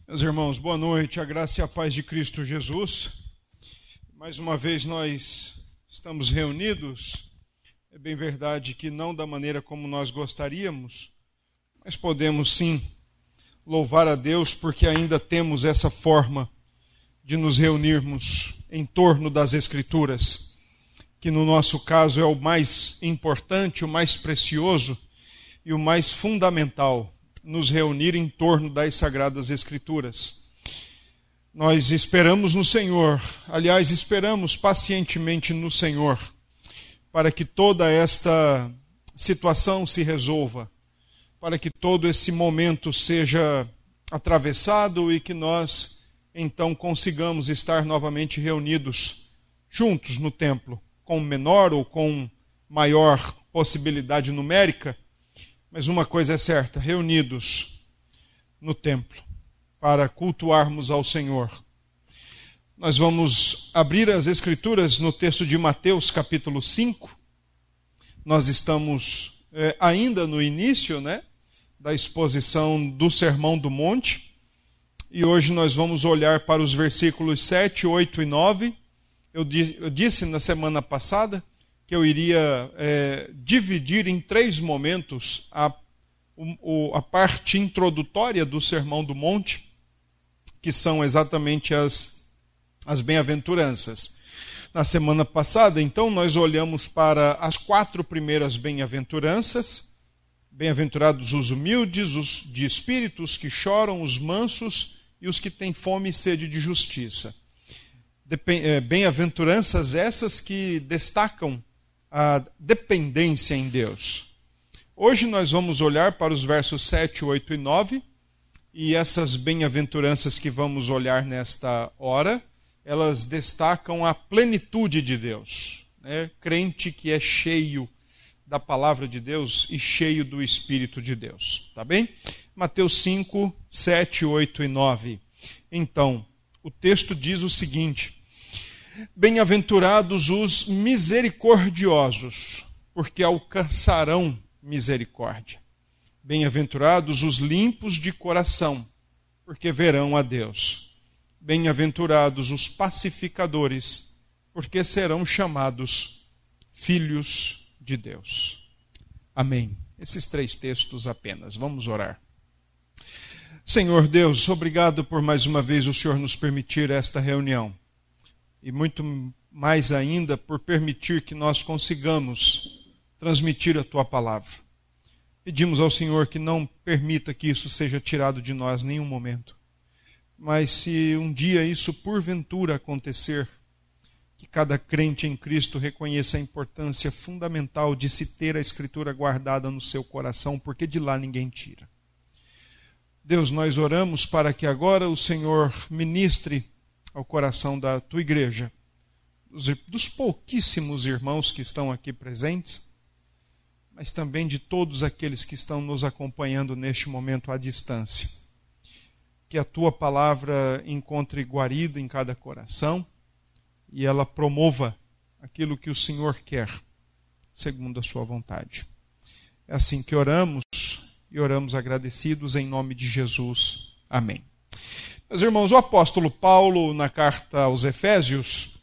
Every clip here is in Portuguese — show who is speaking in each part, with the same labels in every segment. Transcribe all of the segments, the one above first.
Speaker 1: Meus irmãos, boa noite, a graça e a paz de Cristo Jesus. Mais uma vez nós estamos reunidos. É bem verdade que não da maneira como nós gostaríamos, mas podemos sim louvar a Deus porque ainda temos essa forma de nos reunirmos em torno das Escrituras, que no nosso caso é o mais importante, o mais precioso e o mais fundamental. Nos reunir em torno das Sagradas Escrituras. Nós esperamos no Senhor, aliás, esperamos pacientemente no Senhor, para que toda esta situação se resolva, para que todo esse momento seja atravessado e que nós, então, consigamos estar novamente reunidos, juntos no templo, com menor ou com maior possibilidade numérica, mas uma coisa é certa, reunidos no templo para cultuarmos ao Senhor. Nós vamos abrir as Escrituras no texto de Mateus, capítulo 5. Nós estamos ainda no início, da exposição do Sermão do Monte. E hoje nós vamos olhar para os versículos 7, 8 e 9. Eu disse na semana passada que eu iria dividir em 3 momentos a parte introdutória do Sermão do Monte, que são exatamente as bem-aventuranças. Na semana passada, então, nós olhamos para as 4 primeiras bem-aventuranças. Bem-aventurados os humildes, os de espírito, os que choram, os mansos e os que têm fome e sede de justiça. Bem-aventuranças essas que destacam a dependência em Deus. Hoje nós vamos olhar para os versos 7, 8 e 9, e essas bem-aventuranças que vamos olhar nesta hora, elas destacam a plenitude de Deus. Crente que é cheio da palavra de Deus e cheio do Espírito de Deus. Tá bem? Mateus 5, 7, 8 e 9. Então, o texto diz o seguinte: Bem-aventurados os misericordiosos, porque alcançarão misericórdia. Bem-aventurados os limpos de coração, porque verão a Deus. Bem-aventurados os pacificadores, porque serão chamados filhos de Deus. Amém. Esses 3 textos apenas. Vamos orar. Senhor Deus, obrigado por mais uma vez o Senhor nos permitir esta reunião. E muito mais ainda por permitir que nós consigamos transmitir a Tua palavra. Pedimos ao Senhor que não permita que isso seja tirado de nós em nenhum momento. Mas se um dia isso porventura acontecer, que cada crente em Cristo reconheça a importância fundamental de se ter a Escritura guardada no seu coração, porque de lá ninguém tira. Deus, nós oramos para que agora o Senhor ministre ao coração da Tua igreja, dos pouquíssimos irmãos que estão aqui presentes, mas também de todos aqueles que estão nos acompanhando neste momento à distância. Que a Tua palavra encontre guarida em cada coração e ela promova aquilo que o Senhor quer, segundo a Sua vontade. É assim que oramos e oramos agradecidos em nome de Jesus. Amém. Meus irmãos, o apóstolo Paulo, na carta aos Efésios,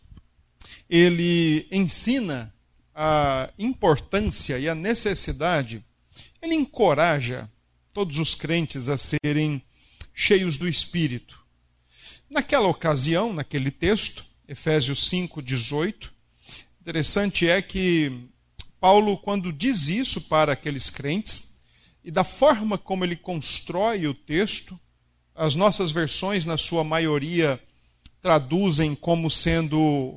Speaker 1: ele ensina a importância e a necessidade, ele encoraja todos os crentes a serem cheios do Espírito. Naquela ocasião, naquele texto, Efésios 5, 18, interessante é que Paulo, quando diz isso para aqueles crentes, e da forma como ele constrói o texto, as nossas versões, na sua maioria, traduzem como sendo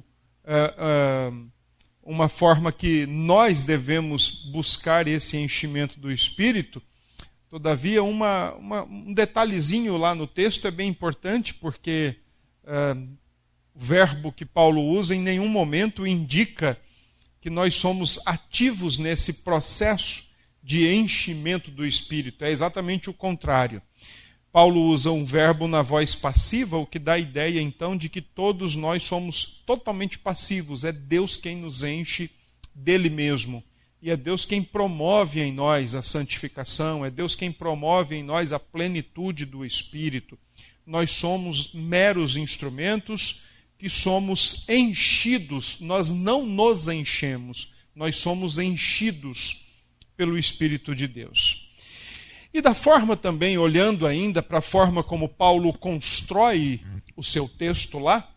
Speaker 1: uma forma que nós devemos buscar esse enchimento do Espírito. Todavia, um detalhezinho lá no texto é bem importante, porque o verbo que Paulo usa em nenhum momento indica que nós somos ativos nesse processo de enchimento do Espírito. É exatamente o contrário. Paulo usa um verbo na voz passiva, o que dá a ideia, então, de que todos nós somos totalmente passivos. É Deus quem nos enche dele mesmo. E é Deus quem promove em nós a santificação, é Deus quem promove em nós a plenitude do Espírito. nós somos meros instrumentos que somos enchidos, nós não nos enchemos, nós somos enchidos pelo Espírito de Deus. E da forma também, olhando ainda para a forma como Paulo constrói o seu texto lá,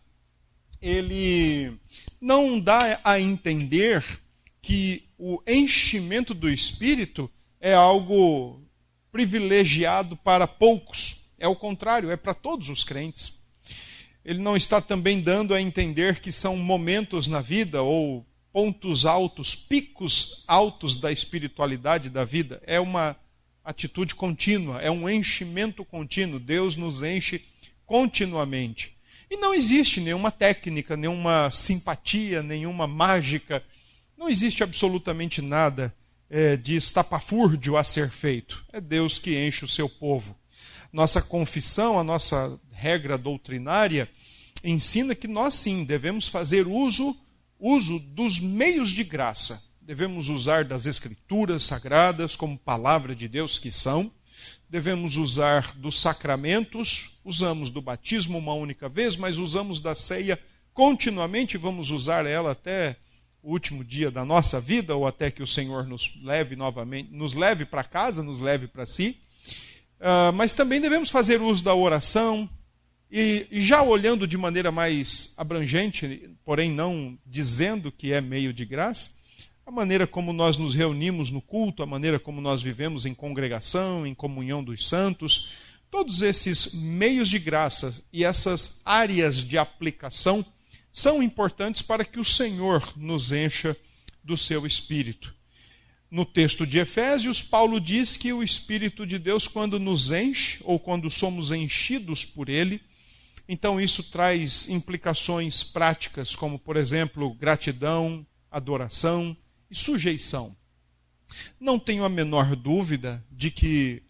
Speaker 1: ele não dá a entender que o enchimento do Espírito é algo privilegiado para poucos. É o contrário, é para todos os crentes. Ele não está também dando a entender que são momentos na vida ou pontos altos, picos altos da espiritualidade da vida. É uma atitude contínua, é um enchimento contínuo. Deus nos enche continuamente. E não existe nenhuma técnica, nenhuma simpatia, nenhuma mágica. Não existe absolutamente nada de estapafúrdio a ser feito. É Deus que enche o seu povo. Nossa confissão, a nossa regra doutrinária, ensina que nós sim devemos fazer uso dos meios de graça. Devemos usar das Escrituras Sagradas como palavra de Deus que são. Devemos usar dos sacramentos, usamos do batismo uma única vez, mas usamos da ceia continuamente, vamos usar ela até o último dia da nossa vida, ou até que o Senhor nos leve novamente, nos leve para casa, nos leve para si. Mas também devemos fazer uso da oração, e já olhando de maneira mais abrangente, porém não dizendo que é meio de graça, a maneira como nós nos reunimos no culto, a maneira como nós vivemos em congregação, em comunhão dos santos, todos esses meios de graça e essas áreas de aplicação são importantes para que o Senhor nos encha do seu Espírito. No texto de Efésios, Paulo diz que o Espírito de Deus, quando nos enche, ou quando somos enchidos por ele, então isso traz implicações práticas, como, por exemplo, gratidão, adoração e sujeição. Não tenho a menor dúvida de que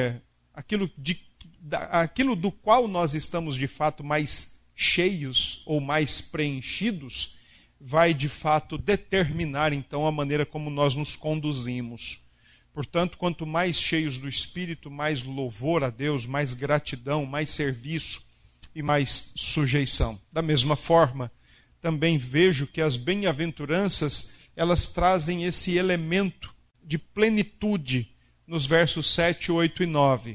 Speaker 1: aquilo do qual nós estamos de fato mais cheios ou mais preenchidos vai de fato determinar então a maneira como nós nos conduzimos. Portanto, quanto mais cheios do Espírito, mais louvor a Deus, mais gratidão, mais serviço e mais sujeição. Da mesma forma, também vejo que as bem-aventuranças elas trazem esse elemento de plenitude nos versos 7, 8 e 9.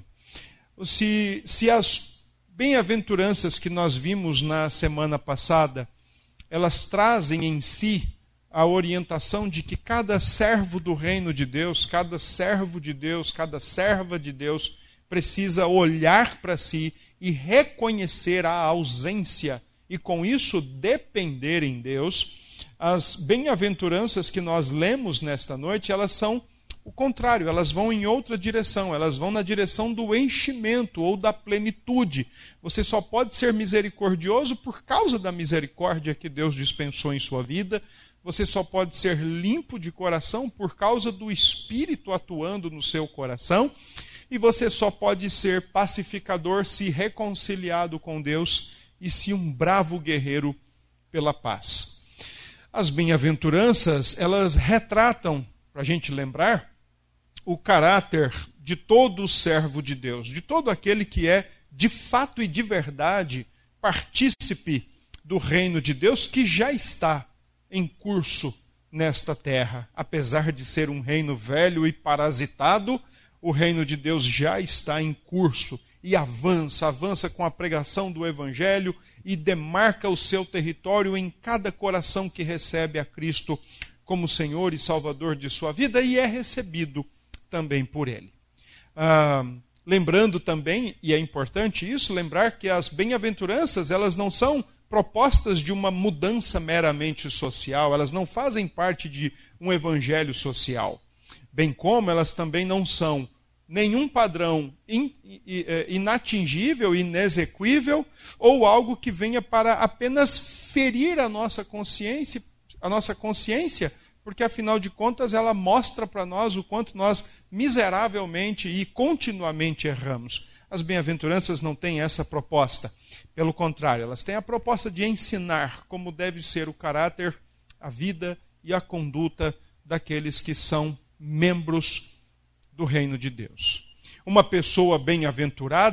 Speaker 1: Se as bem-aventuranças que nós vimos na semana passada, elas trazem em si a orientação de que cada servo do reino de Deus, cada servo de Deus, cada serva de Deus precisa olhar para si e reconhecer a ausência e com isso depender em Deus. As bem-aventuranças que nós lemos nesta noite, elas são o contrário, elas vão em outra direção, elas vão na direção do enchimento ou da plenitude. Você só pode ser misericordioso por causa da misericórdia que Deus dispensou em sua vida. Você só pode ser limpo de coração por causa do Espírito atuando no seu coração. E você só pode ser pacificador se reconciliado com Deus e se um bravo guerreiro pela paz. As bem-aventuranças, elas retratam, para a gente lembrar, o caráter de todo servo de Deus, de todo aquele que é, de fato e de verdade, partícipe do reino de Deus, que já está em curso nesta terra. Apesar de ser um reino velho e parasitado, o reino de Deus já está em curso e avança com a pregação do Evangelho e demarca o seu território em cada coração que recebe a Cristo como Senhor e Salvador de sua vida e é recebido também por Ele. Lembrando também, e é importante isso, lembrar que as bem-aventuranças, elas não são propostas de uma mudança meramente social, elas não fazem parte de um evangelho social, bem como elas também não são nenhum padrão inatingível, inexequível, ou algo que venha para apenas ferir a nossa consciência, porque afinal de contas ela mostra para nós o quanto nós miseravelmente e continuamente erramos. As bem-aventuranças não têm essa proposta. Pelo contrário, elas têm a proposta de ensinar como deve ser o caráter, a vida e a conduta daqueles que são membros do reino de Deus. Uma pessoa bem-aventurada,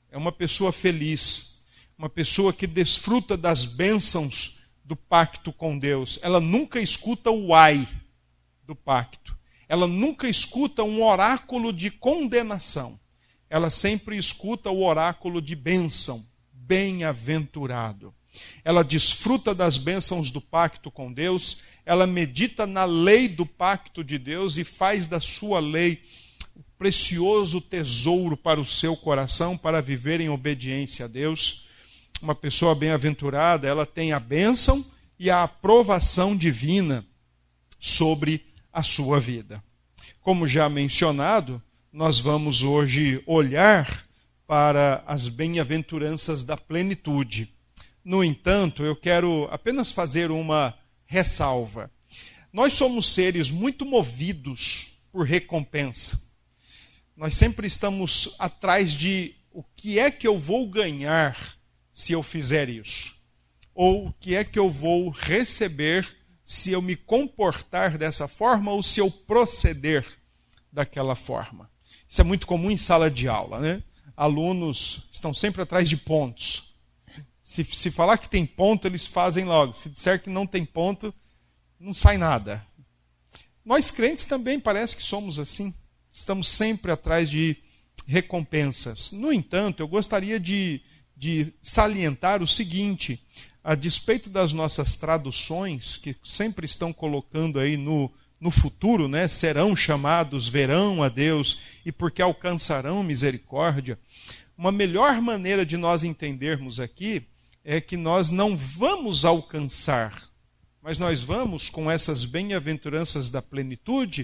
Speaker 1: é uma pessoa feliz, uma pessoa que desfruta das bênçãos do pacto com Deus. Ela nunca escuta o ai do pacto. Ela nunca escuta um oráculo de condenação. Ela sempre escuta o oráculo de bênção. Bem-aventurado. Ela desfruta das bênçãos do pacto com Deus. Ela medita na lei do pacto de Deus e faz da sua lei um precioso tesouro para o seu coração, para viver em obediência a Deus. Uma pessoa bem-aventurada, ela tem a bênção e a aprovação divina sobre a sua vida. Como já mencionado, nós vamos hoje olhar para as bem-aventuranças da plenitude. No entanto, eu quero apenas fazer uma ressalva. Nós somos seres muito movidos por recompensa. Nós sempre estamos atrás de o que é que eu vou ganhar se eu fizer isso? Ou o que é que eu vou receber se eu me comportar dessa forma ou se eu proceder daquela forma? Isso é muito comum em sala de aula, né? Alunos estão sempre atrás de pontos. Se falar que tem ponto, eles fazem logo. Se disser que não tem ponto, não sai nada. Nós crentes também parece que somos assim. Estamos sempre atrás de recompensas. No entanto, eu gostaria de salientar o seguinte: a despeito das nossas traduções, que sempre estão colocando aí no futuro, né, serão chamados, verão a Deus, e porque alcançarão misericórdia, uma melhor maneira de nós entendermos aqui é que nós não vamos alcançar, mas nós vamos, com essas bem-aventuranças da plenitude,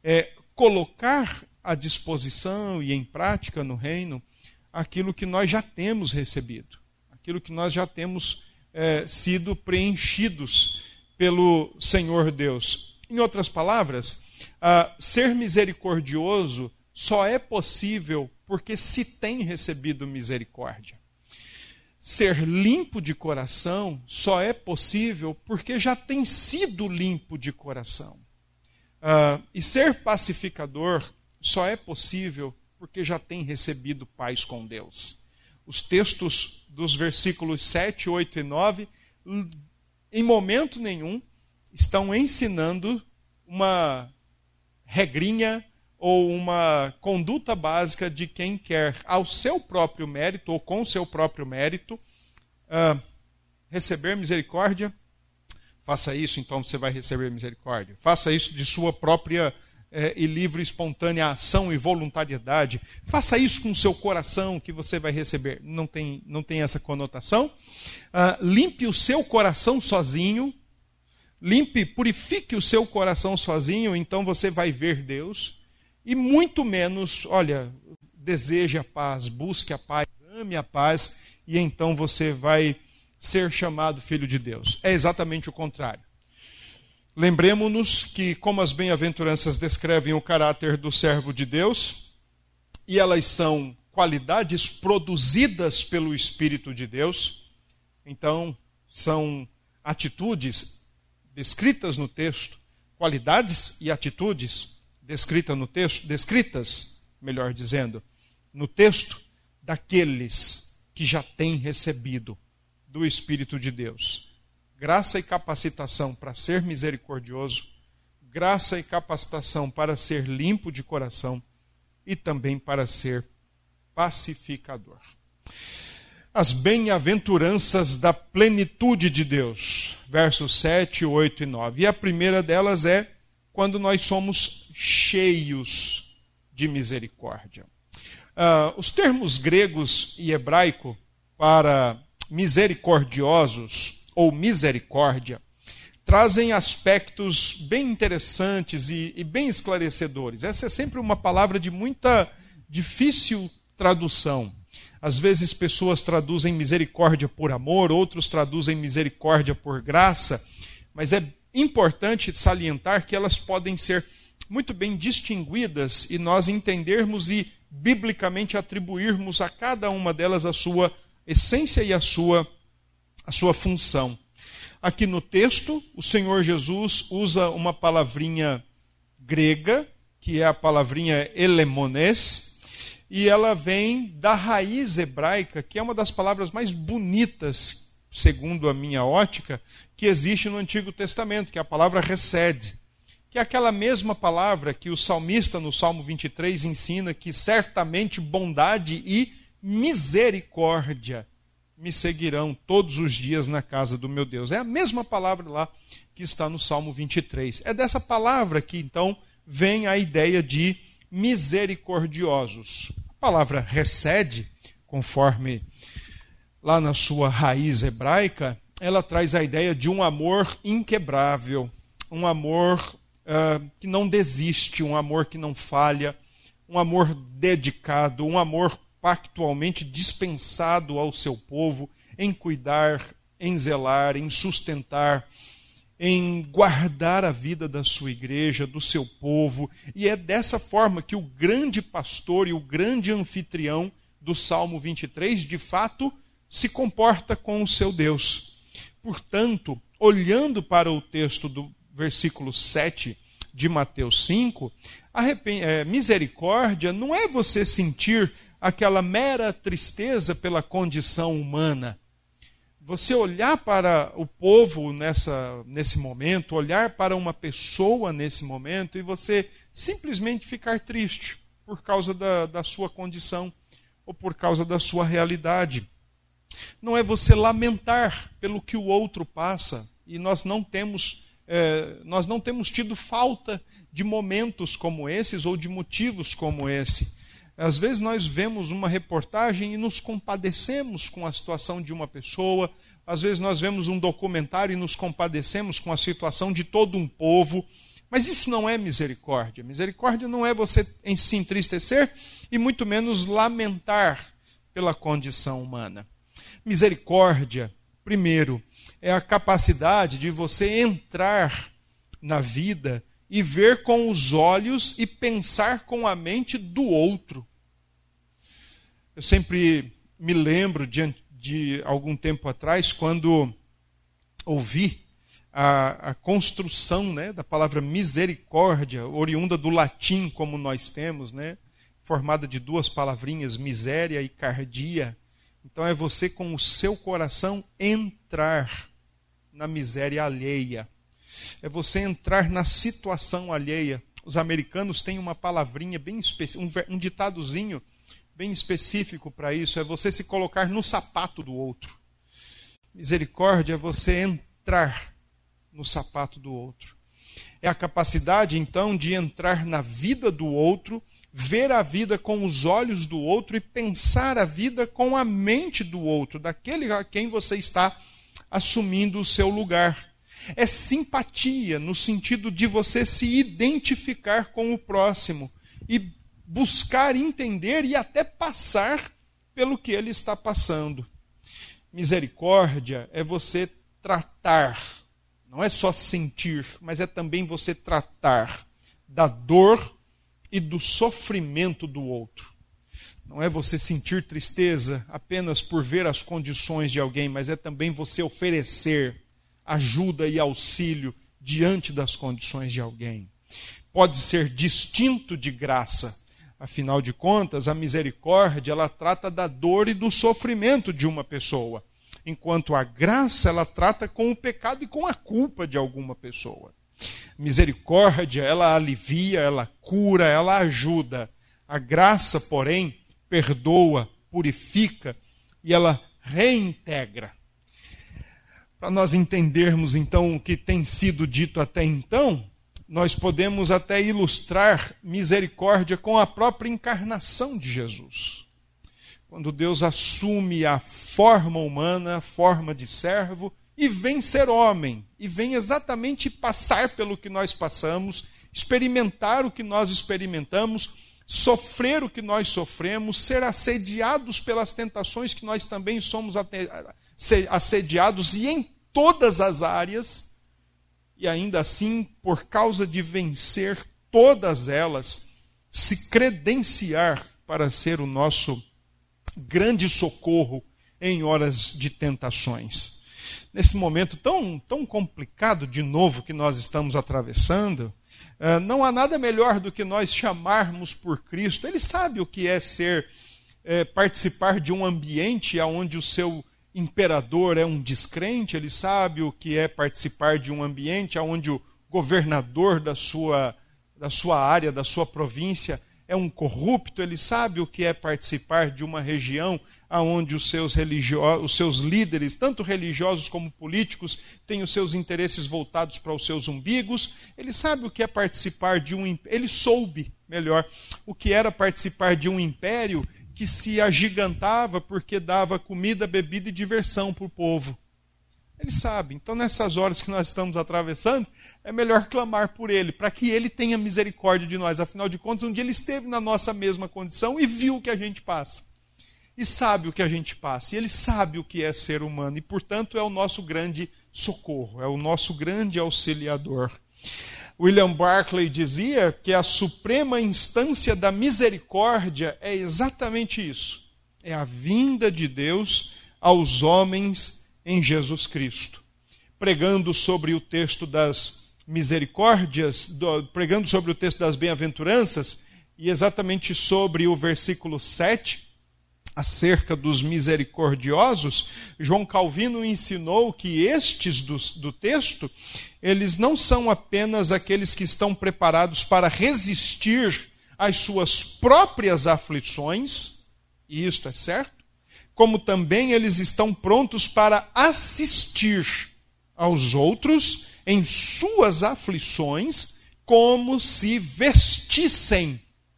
Speaker 1: colocar à disposição e em prática no reino aquilo que nós já temos recebido, aquilo que nós já temos sido preenchidos pelo Senhor Deus. Em outras palavras, ser misericordioso só é possível porque se tem recebido misericórdia. Ser limpo de coração só é possível porque já tem sido limpo de coração. E ser pacificador só é possível porque já tem recebido paz com Deus. Os textos dos versículos 7, 8 e 9, em momento nenhum, estão ensinando uma regrinha ou uma conduta básica de quem quer, ao seu próprio mérito ou com o seu próprio mérito, receber misericórdia. Faça isso, então você vai receber misericórdia. Faça isso de sua própria e livre, espontânea ação e voluntariedade. Faça isso com o seu coração que você vai receber. Não tem essa conotação. Limpe o seu coração sozinho. Purifique o seu coração sozinho, então você vai ver Deus. E muito menos, deseje a paz, busque a paz, ame a paz, e então você vai ser chamado filho de Deus. É exatamente o contrário. Lembremos-nos que, como as bem-aventuranças descrevem o caráter do servo de Deus, e elas são qualidades produzidas pelo Espírito de Deus, então são atitudes descritas no texto, qualidades e atitudes descritas no texto, daqueles que já têm recebido do Espírito de Deus graça e capacitação para ser misericordioso, graça e capacitação para ser limpo de coração e também para ser pacificador. As bem-aventuranças da plenitude de Deus, versos 7, 8 e 9. E a primeira delas é quando nós somos cheios de misericórdia. Os termos gregos e hebraico para misericordiosos ou misericórdia trazem aspectos bem interessantes e bem esclarecedores. Essa é sempre uma palavra de muita difícil tradução. Às vezes pessoas traduzem misericórdia por amor, outros traduzem misericórdia por graça, mas é importante salientar que elas podem ser muito bem distinguidas e nós entendermos e biblicamente atribuirmos a cada uma delas a sua essência e a sua função. Aqui no texto, o Senhor Jesus usa uma palavrinha grega, que é a palavrinha elemonês, e ela vem da raiz hebraica, que é uma das palavras mais bonitas, segundo a minha ótica, que existe no Antigo Testamento, que é a palavra hesed, que é aquela mesma palavra que o salmista no Salmo 23 ensina que certamente bondade e misericórdia me seguirão todos os dias na casa do meu Deus. É a mesma palavra lá que está no Salmo 23. É dessa palavra que então vem a ideia de misericordiosos. A palavra hesed, conforme lá na sua raiz hebraica, ela traz a ideia de um amor inquebrável, um amor que não desiste, um amor que não falha, um amor dedicado, um amor pactualmente dispensado ao seu povo, em cuidar, em zelar, em sustentar, em guardar a vida da sua igreja, do seu povo. E é dessa forma que o grande pastor e o grande anfitrião do Salmo 23, de fato, se comporta com o seu Deus. Portanto, olhando para o texto do versículo 7 de Mateus 5, misericórdia não é você sentir aquela mera tristeza pela condição humana. Você olhar para o povo nesse momento, olhar para uma pessoa nesse momento e você simplesmente ficar triste por causa da sua condição ou por causa da sua realidade. Não é você lamentar pelo que o outro passa, e nós não temos tido falta de momentos como esses ou de motivos como esse. Às vezes nós vemos uma reportagem e nos compadecemos com a situação de uma pessoa, às vezes nós vemos um documentário e nos compadecemos com a situação de todo um povo, mas isso não é misericórdia. Misericórdia não é você em se entristecer e muito menos lamentar pela condição humana. Misericórdia, primeiro, é a capacidade de você entrar na vida e ver com os olhos e pensar com a mente do outro. Eu sempre me lembro de algum tempo atrás, quando ouvi a construção, da palavra misericórdia, oriunda do latim, como nós temos, formada de duas palavrinhas, miséria e cardia. Então é você com o seu coração entrar na miséria alheia. É você entrar na situação alheia. Os americanos têm uma palavrinha bem específica, um ditadozinho bem específico para isso. É você se colocar no sapato do outro. Misericórdia é você entrar no sapato do outro. É a capacidade, então, de entrar na vida do outro, ver a vida com os olhos do outro e pensar a vida com a mente do outro, daquele a quem você está assumindo o seu lugar. É simpatia, no sentido de você se identificar com o próximo e buscar entender e até passar pelo que ele está passando. Misericórdia é você tratar, não é só sentir, mas é também você tratar da dor e do sofrimento do outro. Não é você sentir tristeza apenas por ver as condições de alguém, mas é também você oferecer ajuda e auxílio diante das condições de alguém. Pode ser distinto de graça. Afinal de contas, a misericórdia, ela trata da dor e do sofrimento de uma pessoa, enquanto a graça, ela trata com o pecado e com a culpa de alguma pessoa. Misericórdia, ela alivia, ela cura, ela ajuda. A graça, porém, perdoa, purifica e ela reintegra. Para nós entendermos, então, o que tem sido dito até então, nós podemos até ilustrar misericórdia com a própria encarnação de Jesus. Quando Deus assume a forma humana, a forma de servo, e vem ser homem, e vem exatamente passar pelo que nós passamos, experimentar o que nós experimentamos, sofrer o que nós sofremos, ser assediados pelas tentações que nós também somos assediados, e em todas as áreas, e ainda assim, por causa de vencer todas elas, se credenciar para ser o nosso grande socorro em horas de tentações. Nesse momento tão complicado, de novo, que nós estamos atravessando, Não há nada melhor do que nós chamarmos por Cristo. Ele sabe o que é participar de um ambiente onde o seu imperador é um descrente, ele sabe o que é participar de um ambiente onde o governador da sua área, da sua província, é um corrupto, ele sabe o que é participar de uma região onde os seus líderes, tanto religiosos como políticos, têm os seus interesses voltados para os seus umbigos. Ele sabe o que é participar de ele soube, melhor, o que era participar de um império que se agigantava porque dava comida, bebida e diversão para o povo. Ele sabe. Então, nessas horas que nós estamos atravessando, é melhor clamar por Ele, para que Ele tenha misericórdia de nós. Afinal de contas, um dia Ele esteve na nossa mesma condição e viu o que a gente passa. E sabe o que a gente passa. E Ele sabe o que é ser humano. E, portanto, é o nosso grande socorro, é o nosso grande auxiliador. William Barclay dizia que a suprema instância da misericórdia é exatamente isso. É a vinda de Deus aos homens em Jesus Cristo. Pregando sobre o texto das misericórdias, pregando sobre o texto das bem-aventuranças, e exatamente sobre o versículo 7, acerca dos misericordiosos, João Calvino ensinou que estes do texto, eles não são apenas aqueles que estão preparados para resistir às suas próprias aflições, e isto é certo, como também eles estão prontos para assistir aos outros em suas aflições, como se vestissem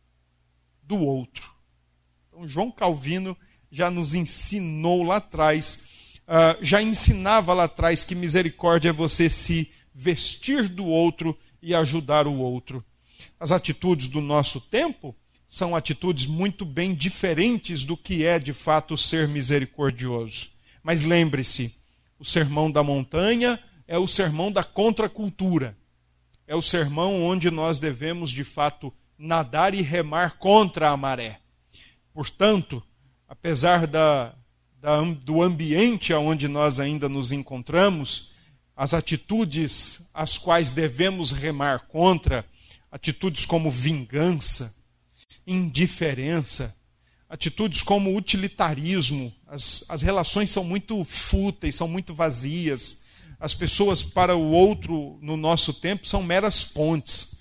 Speaker 1: do outro. Então, João Calvino já nos ensinou lá atrás, já ensinava lá atrás que misericórdia é você se vestir do outro e ajudar o outro. As atitudes do nosso tempo são atitudes muito bem diferentes do que é de fato ser misericordioso. Mas lembre-se, o sermão da montanha é o sermão da contracultura. É o sermão onde nós devemos de fato nadar e remar contra a maré. Portanto, apesar do ambiente onde nós ainda nos encontramos, as atitudes às quais devemos remar contra, atitudes como vingança, indiferença, atitudes como utilitarismo, as relações são muito fúteis, são muito vazias, as pessoas para o outro no nosso tempo são meras pontes.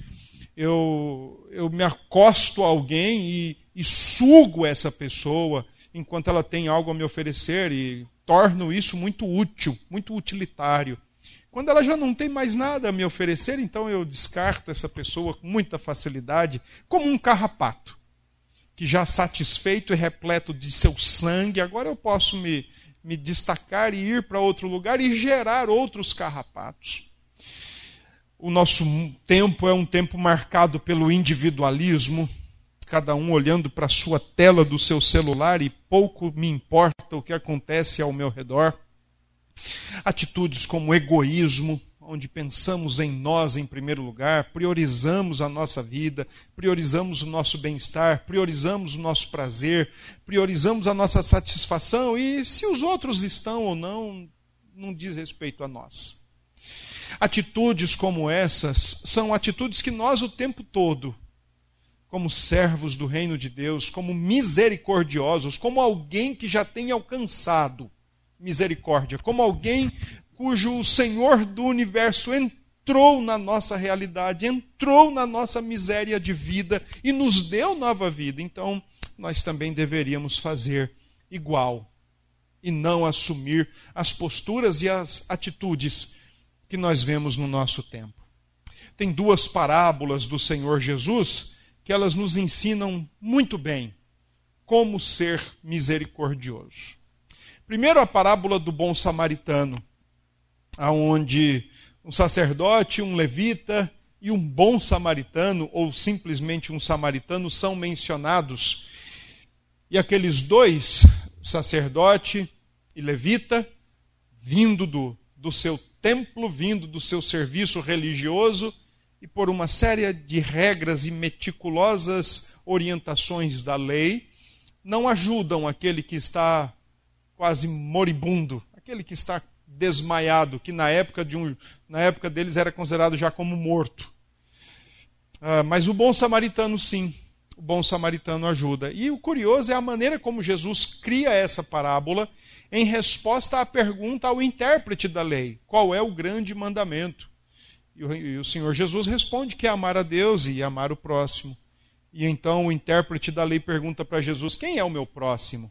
Speaker 1: Eu me acosto a alguém e sugo essa pessoa enquanto ela tem algo a me oferecer e torno isso muito útil, muito utilitário. Quando ela já não tem mais nada a me oferecer, então eu descarto essa pessoa com muita facilidade, como um carrapato, que já satisfeito e repleto de seu sangue, agora eu posso me destacar e ir para outro lugar e gerar outros carrapatos. O nosso tempo é um tempo marcado pelo individualismo, cada um olhando para a sua tela do seu celular e pouco me importa o que acontece ao meu redor. Atitudes como egoísmo, onde pensamos em nós em primeiro lugar, priorizamos a nossa vida, priorizamos o nosso bem-estar, priorizamos o nosso prazer, priorizamos a nossa satisfação e se os outros estão ou não, não diz respeito a nós. Atitudes como essas são atitudes que nós o tempo todo, como servos do reino de Deus, como misericordiosos, como alguém que já tem alcançado misericórdia, como alguém cujo Senhor do universo entrou na nossa realidade, entrou na nossa miséria de vida e nos deu nova vida. Então, nós também deveríamos fazer igual e não assumir as posturas e as atitudes que nós vemos no nosso tempo. Tem duas parábolas do Senhor Jesus que elas nos ensinam muito bem como ser misericordioso. Primeiro, a parábola do bom samaritano, onde um sacerdote, um levita e um bom samaritano, ou simplesmente um samaritano, são mencionados. E aqueles dois, sacerdote e levita, vindo do seu templo, vindo do seu serviço religioso, e por uma série de regras e meticulosas orientações da lei, não ajudam aquele que está quase moribundo, aquele que está desmaiado, que na época deles era considerado já como morto. Mas o bom samaritano, sim, o bom samaritano ajuda. E o curioso é a maneira como Jesus cria essa parábola em resposta à pergunta ao intérprete da lei: qual é o grande mandamento? E o Senhor Jesus responde que é amar a Deus e amar o próximo. E então o intérprete da lei pergunta para Jesus: quem é o meu próximo?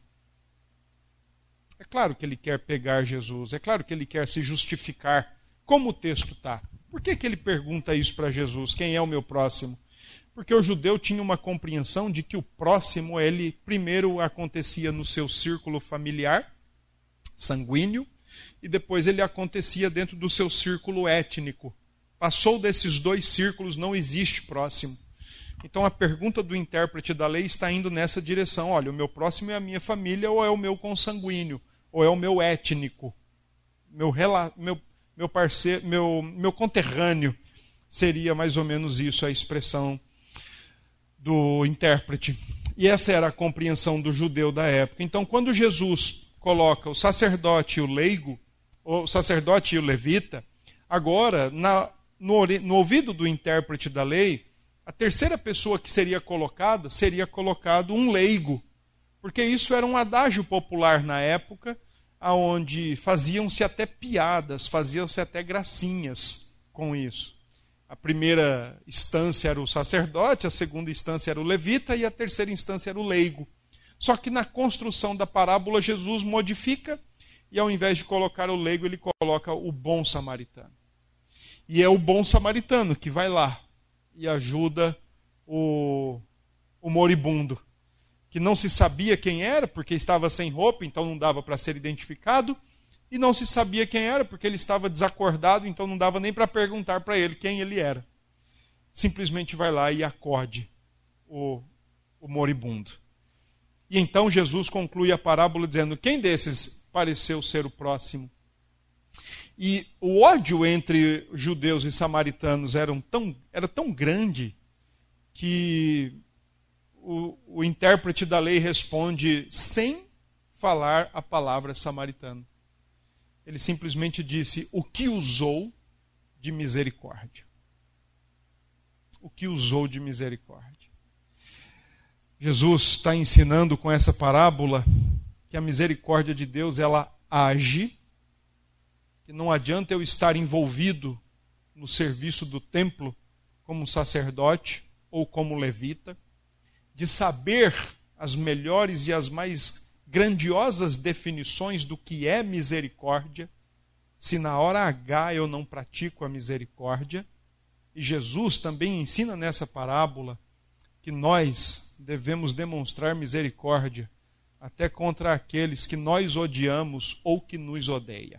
Speaker 1: É claro que ele quer pegar Jesus, é claro que ele quer se justificar, como o texto está. Por que ele pergunta isso para Jesus? Quem é o meu próximo? Porque o judeu tinha uma compreensão de que o próximo, ele primeiro acontecia no seu círculo familiar, sanguíneo, e depois ele acontecia dentro do seu círculo étnico. Passou desses dois círculos, não existe próximo. Então a pergunta do intérprete da lei está indo nessa direção: olha, o meu próximo é a minha família, ou é o meu consanguíneo, ou é o meu étnico, meu parceiro, meu conterrâneo. Seria mais ou menos isso a expressão do intérprete. E essa era a compreensão do judeu da época. Então, quando Jesus coloca o sacerdote e o leigo, o sacerdote e o levita, agora, no ouvido do intérprete da lei, a terceira pessoa que seria colocado um leigo. Porque isso era um adágio popular na época, onde faziam-se até piadas, faziam-se até gracinhas com isso. A primeira instância era o sacerdote, a segunda instância era o levita e a terceira instância era o leigo. Só que na construção da parábola, Jesus modifica e ao invés de colocar o leigo, ele coloca o bom samaritano. E é o bom samaritano que vai lá e ajuda o moribundo, que não se sabia quem era, porque estava sem roupa, então não dava para ser identificado, e não se sabia quem era, porque ele estava desacordado, então não dava nem para perguntar para ele quem ele era. Simplesmente vai lá e acode o moribundo. E então Jesus conclui a parábola dizendo: quem desses pareceu ser o próximo? E o ódio entre judeus e samaritanos era tão grande que o intérprete da lei responde sem falar a palavra samaritano. Ele simplesmente disse: o que usou de misericórdia. O que usou de misericórdia. Jesus está ensinando com essa parábola que a misericórdia de Deus, ela age, que não adianta eu estar envolvido no serviço do templo como sacerdote ou como levita, de saber as melhores e as mais grandiosas definições do que é misericórdia, se na hora H eu não pratico a misericórdia. E Jesus também ensina nessa parábola que nós devemos demonstrar misericórdia até contra aqueles que nós odiamos ou que nos odeia.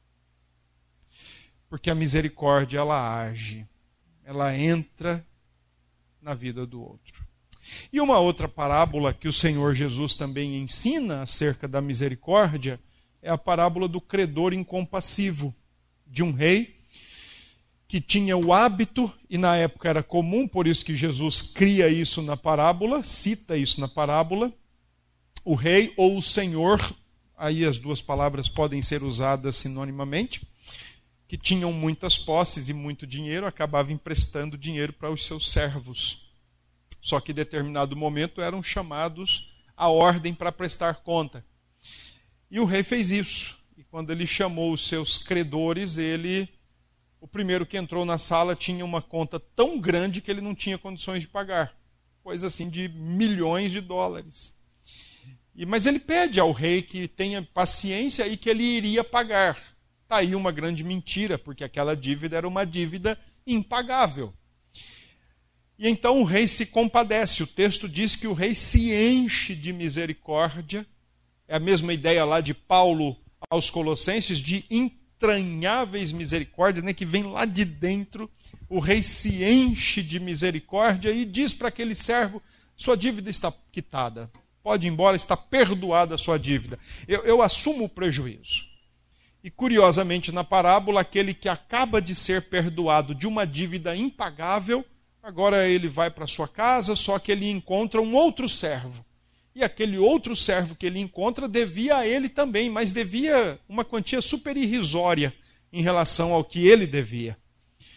Speaker 1: Porque a misericórdia, ela age, ela entra na vida do outro. E uma outra parábola que o Senhor Jesus também ensina acerca da misericórdia é a parábola do credor incompassivo, de um rei que tinha o hábito, e na época era comum, por isso que Jesus cria isso na parábola, cita isso na parábola, o rei ou o senhor, aí as duas palavras podem ser usadas sinonimamente, que tinham muitas posses e muito dinheiro, acabava emprestando dinheiro para os seus servos. Só que em determinado momento eram chamados à ordem para prestar conta. E o rei fez isso. E quando ele chamou os seus credores, o primeiro que entrou na sala tinha uma conta tão grande que ele não tinha condições de pagar. Coisa assim de milhões de dólares. Mas ele pede ao rei que tenha paciência e que ele iria pagar. Está aí uma grande mentira, porque aquela dívida era uma dívida impagável. E então o rei se compadece. O texto diz que o rei se enche de misericórdia. É a mesma ideia lá de Paulo aos Colossenses, de entranháveis misericórdias, né, que vem lá de dentro. O rei se enche de misericórdia e diz para aquele servo: sua dívida está quitada. Pode ir embora, está perdoada a sua dívida. Eu assumo o prejuízo. E curiosamente na parábola, aquele que acaba de ser perdoado de uma dívida impagável, agora ele vai para sua casa, só que ele encontra um outro servo. E aquele outro servo que ele encontra devia a ele também, mas devia uma quantia super irrisória em relação ao que ele devia.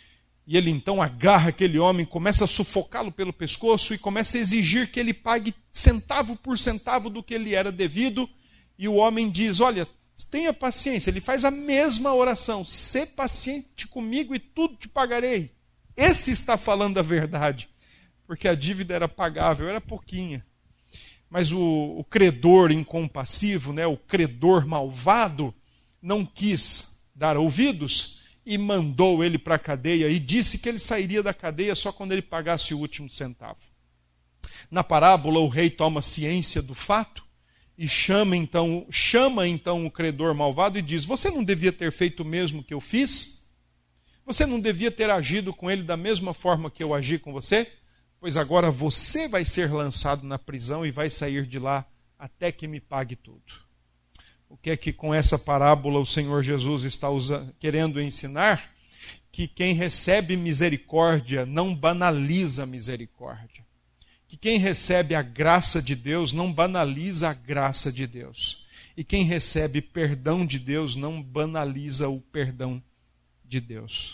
Speaker 1: E ele então agarra aquele homem, começa a sufocá-lo pelo pescoço e começa a exigir que ele pague centavo por centavo do que ele era devido. E o homem diz, olha, tenha paciência. Ele faz a mesma oração, sê paciente comigo e tudo te pagarei. Esse está falando a verdade, porque a dívida era pagável, era pouquinha. Mas o credor incompassivo, né, o credor malvado, não quis dar ouvidos e mandou ele para a cadeia e disse que ele sairia da cadeia só quando ele pagasse o último centavo. Na parábola, o rei toma ciência do fato e chama então o credor malvado e diz, você não devia ter feito o mesmo que eu fiz? Você não devia ter agido com ele da mesma forma que eu agi com você? Pois agora você vai ser lançado na prisão e vai sair de lá até que me pague tudo. O que é que com essa parábola o Senhor Jesus está querendo ensinar? Que quem recebe misericórdia não banaliza a misericórdia. Que quem recebe a graça de Deus não banaliza a graça de Deus. E quem recebe perdão de Deus não banaliza o perdão de Deus.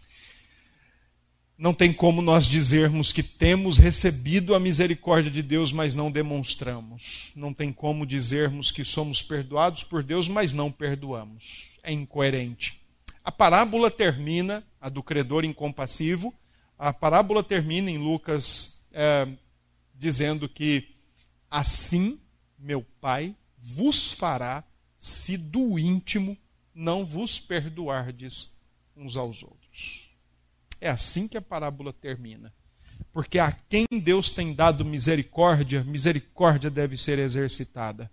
Speaker 1: Não tem como nós dizermos que temos recebido a misericórdia de Deus, mas não demonstramos. Não tem como dizermos que somos perdoados por Deus, mas não perdoamos. É incoerente. A parábola termina, a do credor incompassivo, a parábola termina em Lucas dizendo que assim meu Pai vos fará se do íntimo não vos perdoardes uns aos outros. É assim que a parábola termina. Porque a quem Deus tem dado misericórdia, misericórdia deve ser exercitada.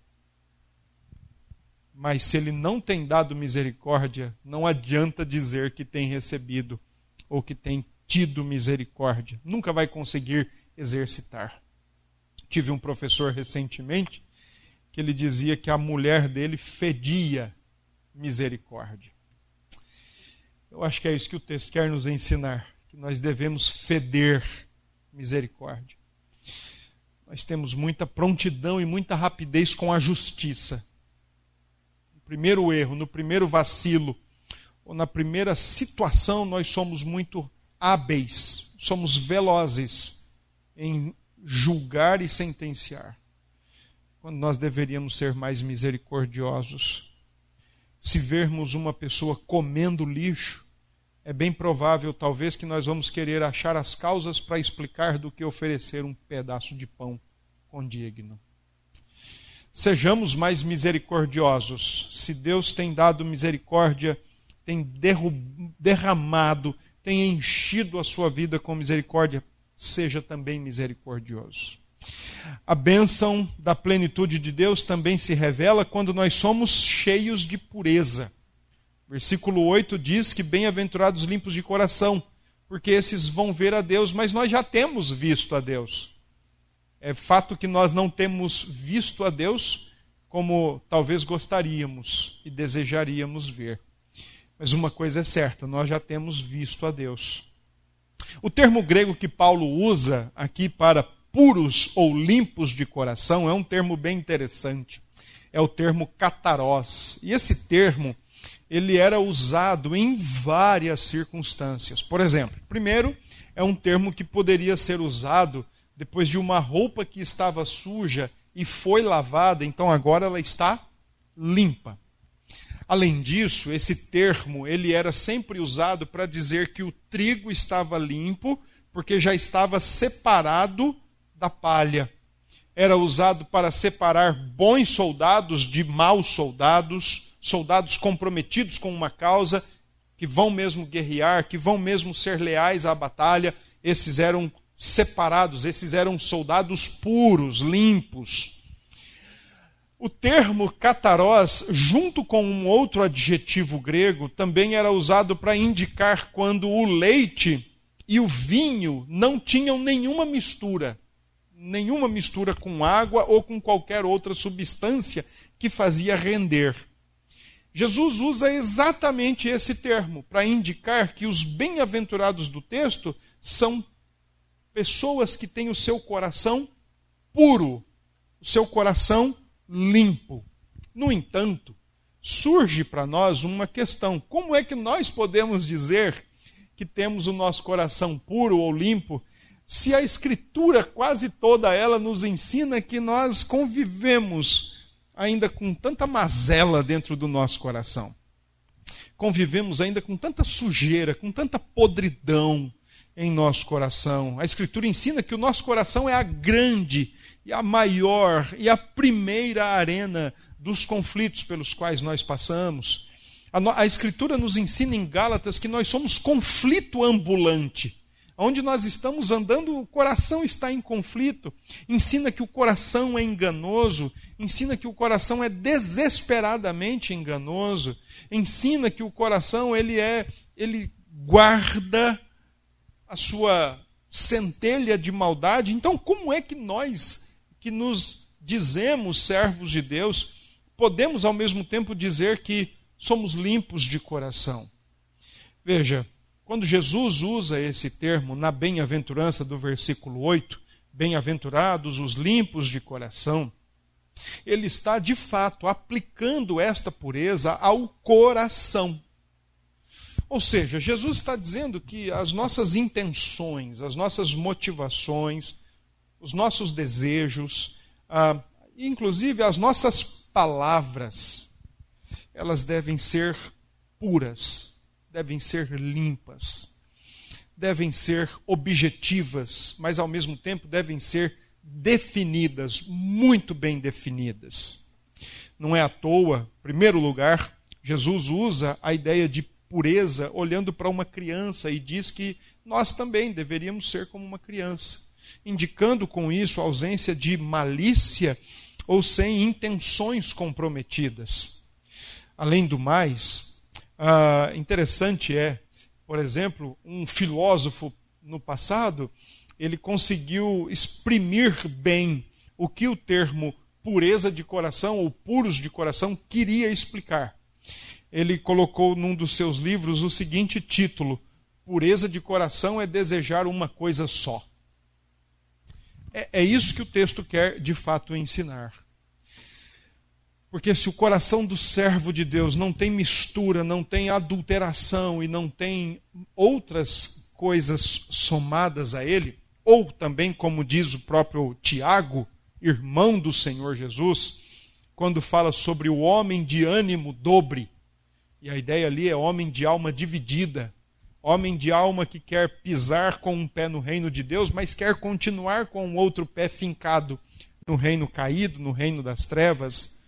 Speaker 1: Mas se Ele não tem dado misericórdia, não adianta dizer que tem recebido ou que tem tido misericórdia. Nunca vai conseguir exercitar. Tive um professor recentemente que ele dizia que a mulher dele fedia misericórdia. Eu acho que é isso que o texto quer nos ensinar, que nós devemos feder misericórdia. Nós temos muita prontidão e muita rapidez com a justiça. No primeiro erro, no primeiro vacilo, ou na primeira situação, nós somos muito hábeis, somos velozes em julgar e sentenciar, quando nós deveríamos ser mais misericordiosos. Se vermos uma pessoa comendo lixo, é bem provável, talvez, que nós vamos querer achar as causas para explicar do que oferecer um pedaço de pão condigno. Sejamos mais misericordiosos. Se Deus tem dado misericórdia, tem derramado, tem enchido a sua vida com misericórdia, seja também misericordioso. A bênção da plenitude de Deus também se revela quando nós somos cheios de pureza. Versículo 8 diz que bem-aventurados limpos de coração, porque esses vão ver a Deus, mas nós já temos visto a Deus. É fato que nós não temos visto a Deus como talvez gostaríamos e desejaríamos ver. Mas uma coisa é certa, nós já temos visto a Deus. O termo grego que Paulo usa aqui para puros ou limpos de coração é um termo bem interessante. É o termo katarós. E esse termo, ele era usado em várias circunstâncias. Por exemplo, primeiro, é um termo que poderia ser usado depois de uma roupa que estava suja e foi lavada, então agora ela está limpa. Além disso, esse termo ele era sempre usado para dizer que o trigo estava limpo, porque já estava separado da palha. Era usado para separar bons soldados de maus soldados, soldados comprometidos com uma causa, que vão mesmo guerrear, que vão mesmo ser leais à batalha. Esses eram separados, esses eram soldados puros, limpos. O termo katarós, junto com um outro adjetivo grego, também era usado para indicar quando o leite e o vinho não tinham nenhuma mistura com água ou com qualquer outra substância que fazia render. Jesus usa exatamente esse termo para indicar que os bem-aventurados do texto são pessoas que têm o seu coração puro, o seu coração limpo. No entanto, surge para nós uma questão: como é que nós podemos dizer que temos o nosso coração puro ou limpo, se a Escritura, quase toda ela, nos ensina que nós convivemos ainda com tanta mazela dentro do nosso coração? Convivemos ainda com tanta sujeira, com tanta podridão em nosso coração. A Escritura ensina que o nosso coração é a grande e a maior e a primeira arena dos conflitos pelos quais nós passamos. A Escritura nos ensina em Gálatas que nós somos conflito ambulante. Onde nós estamos andando, o coração está em conflito. Ensina que o coração é enganoso. Ensina que o coração é desesperadamente enganoso. Ensina que o coração ele guarda a sua centelha de maldade. Então, como é que nós, que nos dizemos servos de Deus, podemos ao mesmo tempo dizer que somos limpos de coração? Veja, quando Jesus usa esse termo na bem-aventurança do versículo 8, bem-aventurados os limpos de coração, ele está de fato aplicando esta pureza ao coração. Ou seja, Jesus está dizendo que as nossas intenções, as nossas motivações, os nossos desejos, inclusive as nossas palavras, elas devem ser puras, devem ser limpas, devem ser objetivas, mas ao mesmo tempo devem ser definidas, muito bem definidas. Não é à toa, em primeiro lugar, Jesus usa a ideia de pureza olhando para uma criança e diz que nós também deveríamos ser como uma criança, indicando com isso a ausência de malícia ou sem intenções comprometidas. Além do mais, interessante é, por exemplo, um filósofo no passado, ele conseguiu exprimir bem o que o termo pureza de coração ou puros de coração queria explicar. Ele colocou num dos seus livros o seguinte título: pureza de coração é desejar uma coisa só. É isso que o texto quer de fato ensinar. Porque se o coração do servo de Deus não tem mistura, não tem adulteração e não tem outras coisas somadas a ele, ou também, como diz o próprio Tiago, irmão do Senhor Jesus, quando fala sobre o homem de ânimo dobre, e a ideia ali é homem de alma dividida, homem de alma que quer pisar com um pé no reino de Deus, mas quer continuar com o outro pé fincado no reino caído, no reino das trevas.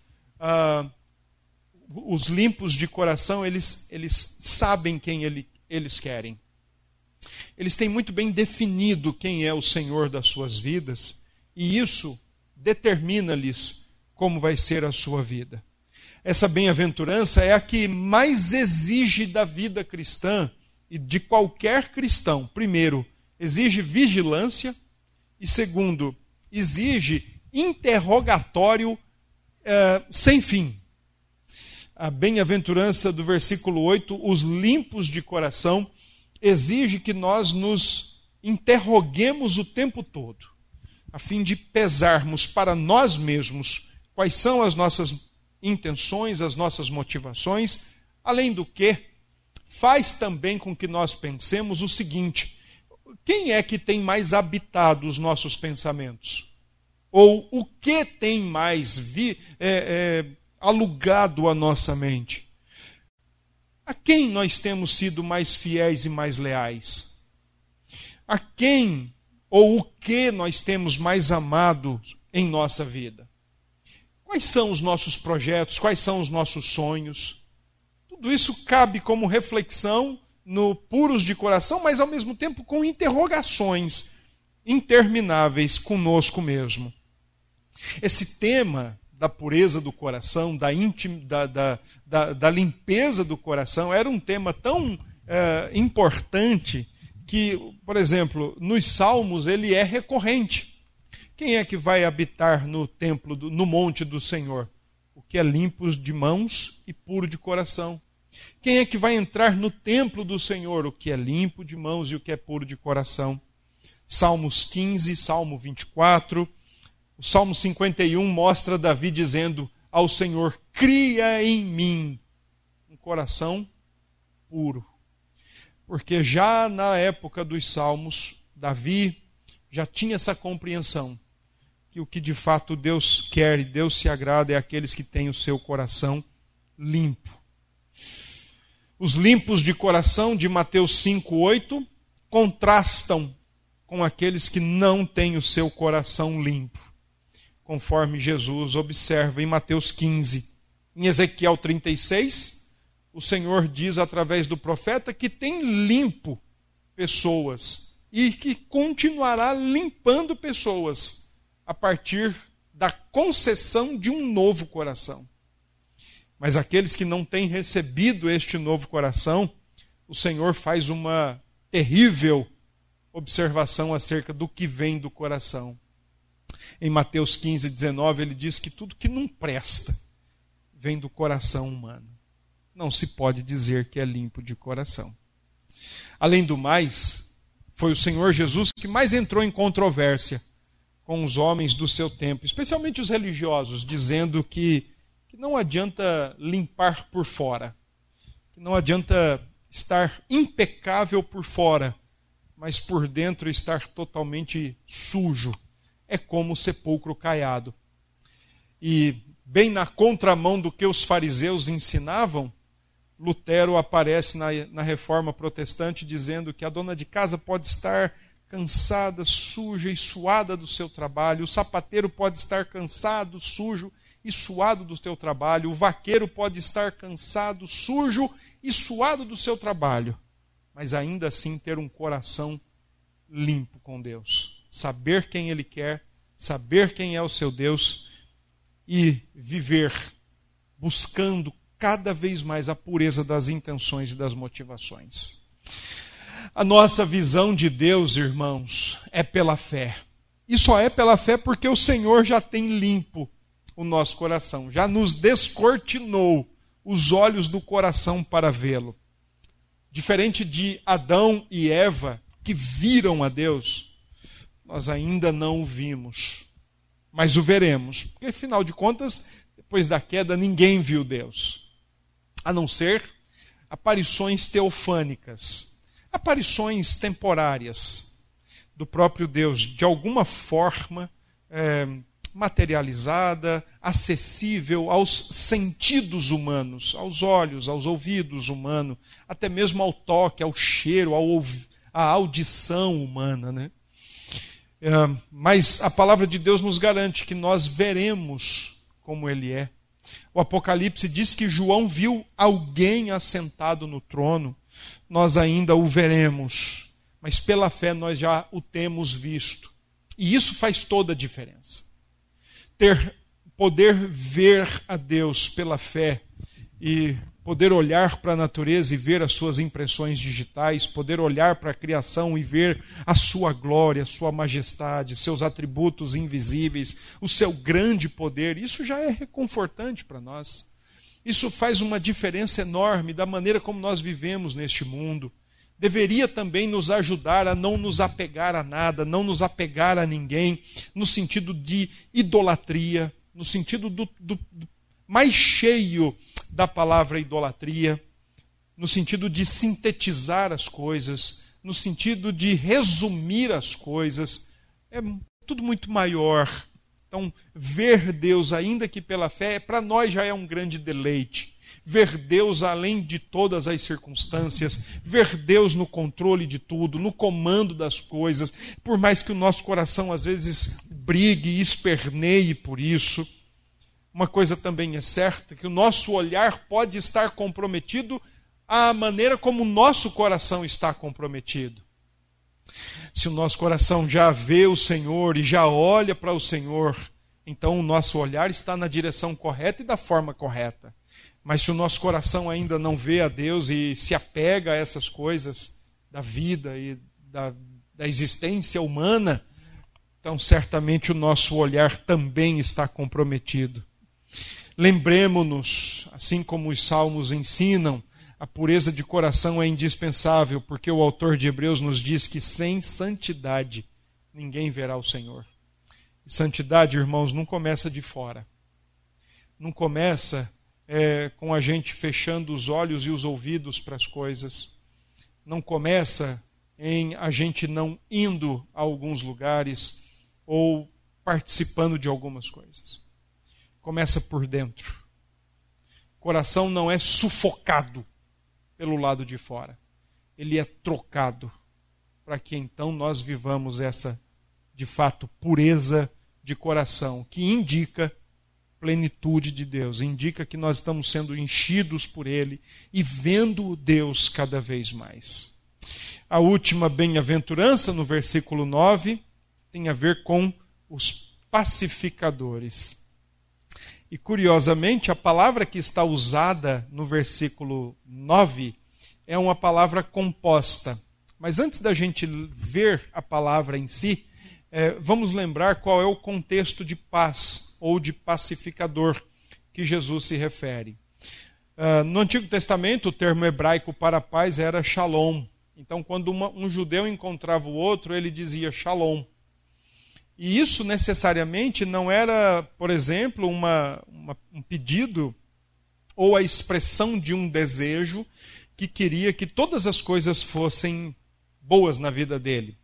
Speaker 1: Os limpos de coração, eles sabem quem eles querem. Eles têm muito bem definido quem é o Senhor das suas vidas, e isso determina-lhes como vai ser a sua vida. Essa bem-aventurança é a que mais exige da vida cristã e de qualquer cristão. Primeiro, exige vigilância, e segundo, exige interrogatório sem fim. A bem-aventurança do versículo 8, os limpos de coração, exige que nós nos interroguemos o tempo todo, a fim de pesarmos para nós mesmos quais são as nossas intenções, as nossas motivações, além do que faz também com que nós pensemos o seguinte: quem é que tem mais habitado os nossos pensamentos? Ou o que tem mais alugado a nossa mente? A quem nós temos sido mais fiéis e mais leais? A quem ou o que nós temos mais amado em nossa vida? Quais são os nossos projetos? Quais são os nossos sonhos? Tudo isso cabe como reflexão no puros de coração, mas ao mesmo tempo com interrogações intermináveis conosco mesmo. Esse tema da pureza do coração, da limpeza do coração, era um tema tão importante que, por exemplo, nos Salmos ele é recorrente. Quem é que vai habitar no templo, no monte do Senhor? O que é limpo de mãos e puro de coração. Quem é que vai entrar no templo do Senhor? O que é limpo de mãos e o que é puro de coração. Salmos 15, Salmo 24... O Salmo 51 mostra Davi dizendo ao Senhor: cria em mim um coração puro. Porque já na época dos Salmos, Davi já tinha essa compreensão que o que de fato Deus quer e Deus se agrada é aqueles que têm o seu coração limpo. Os limpos de coração, de Mateus 5:8, contrastam com aqueles que não têm o seu coração limpo, conforme Jesus observa em Mateus 15. Em Ezequiel 36, o Senhor diz através do profeta que tem limpo pessoas e que continuará limpando pessoas a partir da concessão de um novo coração. Mas aqueles que não têm recebido este novo coração, o Senhor faz uma terrível observação acerca do que vem do coração. Em Mateus 15:19, ele diz que tudo que não presta vem do coração humano. Não se pode dizer que é limpo de coração. Além do mais, foi o Senhor Jesus que mais entrou em controvérsia com os homens do seu tempo, especialmente os religiosos, dizendo que não adianta limpar por fora, que não adianta estar impecável por fora, mas por dentro estar totalmente sujo. É como o sepulcro caiado. E bem na contramão do que os fariseus ensinavam, Lutero aparece na Reforma Protestante dizendo que a dona de casa pode estar cansada, suja e suada do seu trabalho, o sapateiro pode estar cansado, sujo e suado do seu trabalho, o vaqueiro pode estar cansado, sujo e suado do seu trabalho, mas ainda assim ter um coração limpo com Deus, saber quem Ele quer, saber quem é o seu Deus e viver buscando cada vez mais a pureza das intenções e das motivações. A nossa visão de Deus, irmãos, é pela fé. E só é pela fé porque o Senhor já tem limpo o nosso coração, já nos descortinou os olhos do coração para vê-lo. Diferente de Adão e Eva, que viram a Deus, nós ainda não o vimos, mas o veremos. Porque, afinal de contas, depois da queda, ninguém viu Deus, a não ser aparições teofânicas, aparições temporárias do próprio Deus, de alguma forma materializada, acessível aos sentidos humanos, aos olhos, aos ouvidos humanos, até mesmo ao toque, ao cheiro, à audição humana, né? Mas a palavra de Deus nos garante que nós veremos como Ele é. O Apocalipse diz que João viu alguém assentado no trono. Nós ainda o veremos, mas pela fé nós já o temos visto. E isso faz toda a diferença. Poder ver a Deus pela fé e poder olhar para a natureza e ver as suas impressões digitais, poder olhar para a criação e ver a sua glória, a sua majestade, seus atributos invisíveis, o seu grande poder, isso já é reconfortante para nós. Isso faz uma diferença enorme da maneira como nós vivemos neste mundo. Deveria também nos ajudar a não nos apegar a nada, não nos apegar a ninguém, no sentido de idolatria, no sentido do mais cheio da palavra idolatria, no sentido de sintetizar as coisas, no sentido de resumir as coisas. É tudo muito maior. Então, ver Deus, ainda que pela fé, para nós já é um grande deleite. Ver Deus além de todas as circunstâncias, ver Deus no controle de tudo, no comando das coisas, por mais que o nosso coração às vezes brigue e esperneie por isso. Uma coisa também é certa, que o nosso olhar pode estar comprometido à maneira como o nosso coração está comprometido. Se o nosso coração já vê o Senhor e já olha para o Senhor, então o nosso olhar está na direção correta e da forma correta. Mas se o nosso coração ainda não vê a Deus e se apega a essas coisas da vida e da existência humana, então certamente o nosso olhar também está comprometido. Lembremo-nos, assim como os salmos ensinam, a pureza de coração é indispensável, porque o autor de Hebreus nos diz que sem santidade ninguém verá o Senhor. E santidade, irmãos, não começa de fora. Não começa com a gente fechando os olhos e os ouvidos para as coisas. não começa em a gente não indo a alguns lugares ou participando de algumas coisas. Começa por dentro. O coração não é sufocado pelo lado de fora. Ele é trocado para que então nós vivamos essa, de fato, pureza de coração, que indica plenitude de Deus, indica que nós estamos sendo enchidos por Ele e vendo Deus cada vez mais. A última bem-aventurança, no versículo 9, tem a ver com os pacificadores. E, curiosamente, a palavra que está usada no versículo 9 é uma palavra composta. Mas antes da gente ver a palavra em si, vamos lembrar qual é o contexto de paz ou de pacificador que Jesus se refere. No Antigo Testamento, o termo hebraico para paz era shalom. Então, quando um judeu encontrava o outro, ele dizia shalom. E isso necessariamente não era, por exemplo, um pedido ou a expressão de um desejo que queria que todas as coisas fossem boas na vida dele.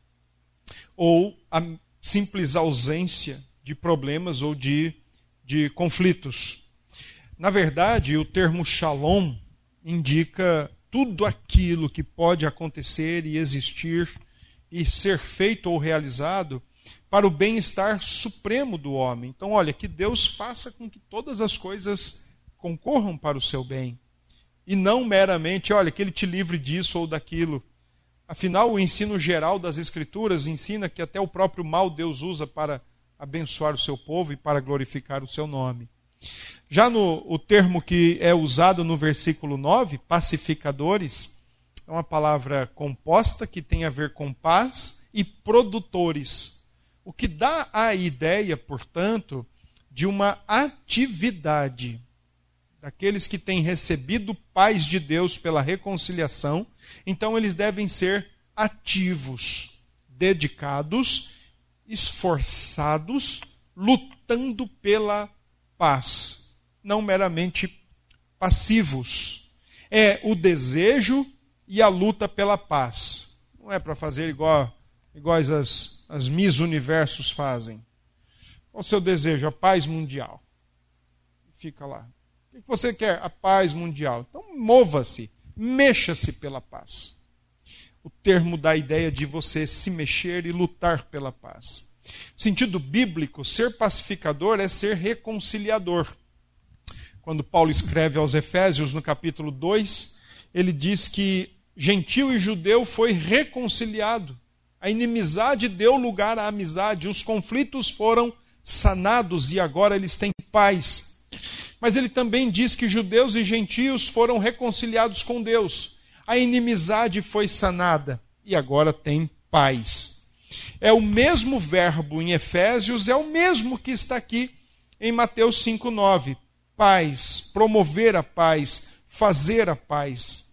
Speaker 1: Ou a simples ausência de problemas ou de conflitos. Na verdade, o termo shalom indica tudo aquilo que pode acontecer e existir e ser feito ou realizado para o bem-estar supremo do homem. Então, olha, que Deus faça com que todas as coisas concorram para o seu bem. E não meramente, olha, que Ele te livre disso ou daquilo. Afinal, o ensino geral das Escrituras ensina que até o próprio mal Deus usa para abençoar o seu povo e para glorificar o seu nome. Já o termo que é usado no versículo 9, pacificadores, é uma palavra composta que tem a ver com paz e produtores. O que dá a ideia, portanto, de uma atividade daqueles que têm recebido paz de Deus pela reconciliação. Então eles devem ser ativos, dedicados, esforçados, lutando pela paz, não meramente passivos. É o desejo e a luta pela paz. Não é para fazer iguais as Miss Universos fazem. Qual o seu desejo? A paz mundial. Fica lá. O que você quer? A paz mundial. Então mova-se, mexa-se pela paz. O termo dá a ideia de você se mexer e lutar pela paz. Sentido bíblico, ser pacificador é ser reconciliador. Quando Paulo escreve aos Efésios, no capítulo 2, ele diz que gentil e judeu foi reconciliado. A inimizade deu lugar à amizade, os conflitos foram sanados e agora eles têm paz. Mas ele também diz que judeus e gentios foram reconciliados com Deus. A inimizade foi sanada e agora tem paz. É o mesmo verbo em Efésios, é o mesmo que está aqui em Mateus 5,9. Paz, promover a paz, fazer a paz.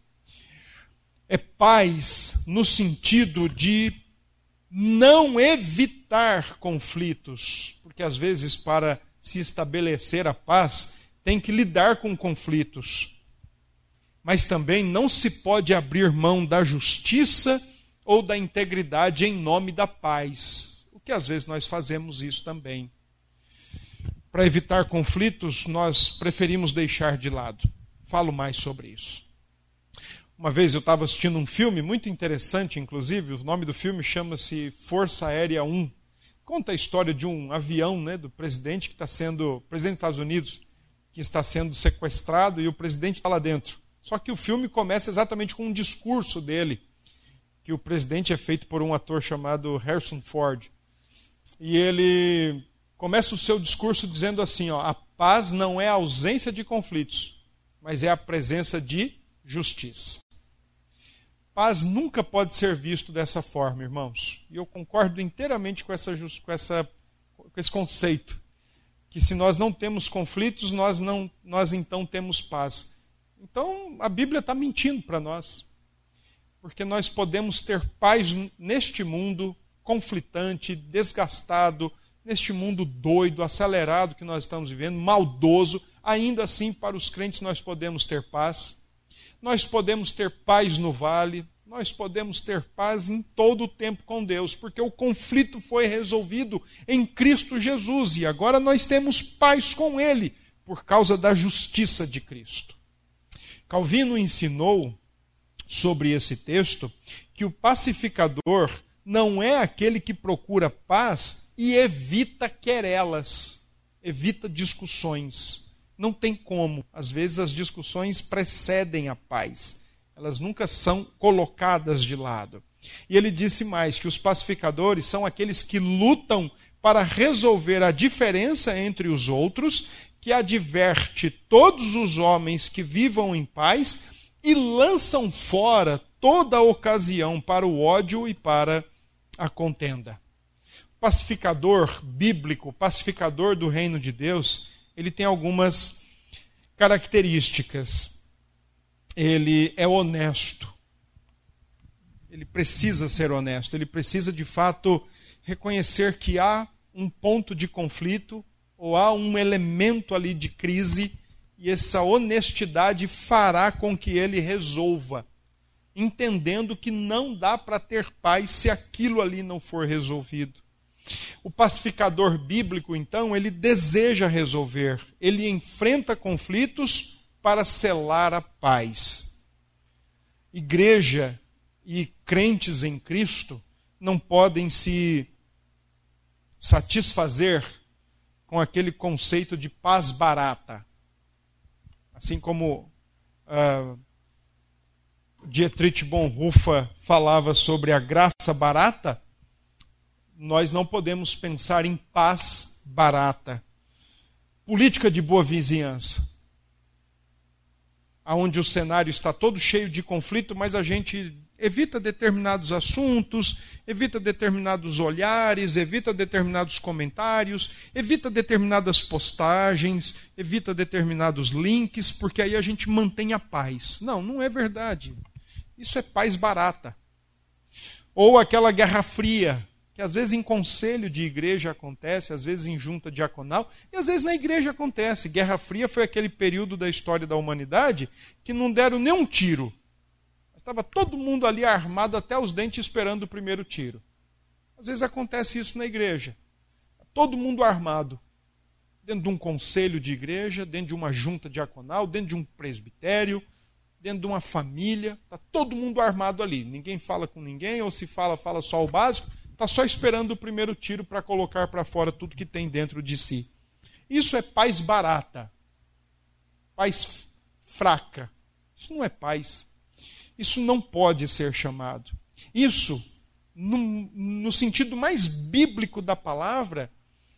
Speaker 1: É paz no sentido de não evitar conflitos, porque às vezes para se estabelecer a paz tem que lidar com conflitos. Mas também não se pode abrir mão da justiça ou da integridade em nome da paz. O que às vezes nós fazemos isso também. Para evitar conflitos, nós preferimos deixar de lado. Falo mais sobre isso. Uma vez eu estava assistindo um filme muito interessante, inclusive, o nome do filme chama-se Força Aérea 1. Conta a história de um avião, do presidente presidente dos Estados Unidos, que está sendo sequestrado e o presidente está lá dentro. Só que o filme começa exatamente com um discurso dele, que o presidente é feito por um ator chamado Harrison Ford. E ele começa o seu discurso dizendo assim, a paz não é a ausência de conflitos, mas é a presença de justiça. Paz nunca pode ser visto dessa forma, irmãos. E eu concordo inteiramente com esse conceito, que se nós não temos conflitos, nós então temos paz. Então a Bíblia está mentindo para nós. Porque nós podemos ter paz neste mundo conflitante, desgastado, neste mundo doido, acelerado que nós estamos vivendo, maldoso. Ainda assim, para os crentes, nós podemos ter paz. Nós podemos ter paz no vale, nós podemos ter paz em todo o tempo com Deus, porque o conflito foi resolvido em Cristo Jesus e agora nós temos paz com Ele por causa da justiça de Cristo. Calvino ensinou sobre esse texto que o pacificador não é aquele que procura paz e evita querelas, evita discussões. Não tem como. Às vezes as discussões precedem a paz. Elas nunca são colocadas de lado. E ele disse mais, que os pacificadores são aqueles que lutam para resolver a diferença entre os outros, que adverte todos os homens que vivam em paz e lançam fora toda a ocasião para o ódio e para a contenda. O pacificador bíblico, o pacificador do reino de Deus, ele tem algumas características. Ele é honesto. Ele precisa ser honesto. Ele precisa, de fato, reconhecer que há um ponto de conflito ou há um elemento ali de crise e essa honestidade fará com que ele resolva, entendendo que não dá para ter paz se aquilo ali não for resolvido. O pacificador bíblico, então, ele deseja resolver. Ele enfrenta conflitos para selar a paz. Igreja e crentes em Cristo não podem se satisfazer com aquele conceito de paz barata. Assim como Dietrich Bonhoeffer falava sobre a graça barata, nós não podemos pensar em paz barata. Política de boa vizinhança, onde o cenário está todo cheio de conflito, mas a gente evita determinados assuntos, evita determinados olhares, evita determinados comentários, evita determinadas postagens, evita determinados links, porque aí a gente mantém a paz. Não, não é verdade. Isso é paz barata. Ou aquela guerra fria, que às vezes em conselho de igreja acontece, às vezes em junta diaconal, e às vezes na igreja acontece. Guerra Fria foi aquele período da história da humanidade que não deram nem um tiro. Estava todo mundo ali armado até os dentes esperando o primeiro tiro. Às vezes acontece isso na igreja. Todo mundo armado. Dentro de um conselho de igreja, dentro de uma junta diaconal, dentro de um presbitério, dentro de uma família. Está todo mundo armado ali. Ninguém fala com ninguém, ou se fala, fala só o básico. Está só esperando o primeiro tiro para colocar para fora tudo que tem dentro de si. Isso é paz barata. Paz fraca. Isso não é paz. Isso não pode ser chamado. Isso, no sentido mais bíblico da palavra,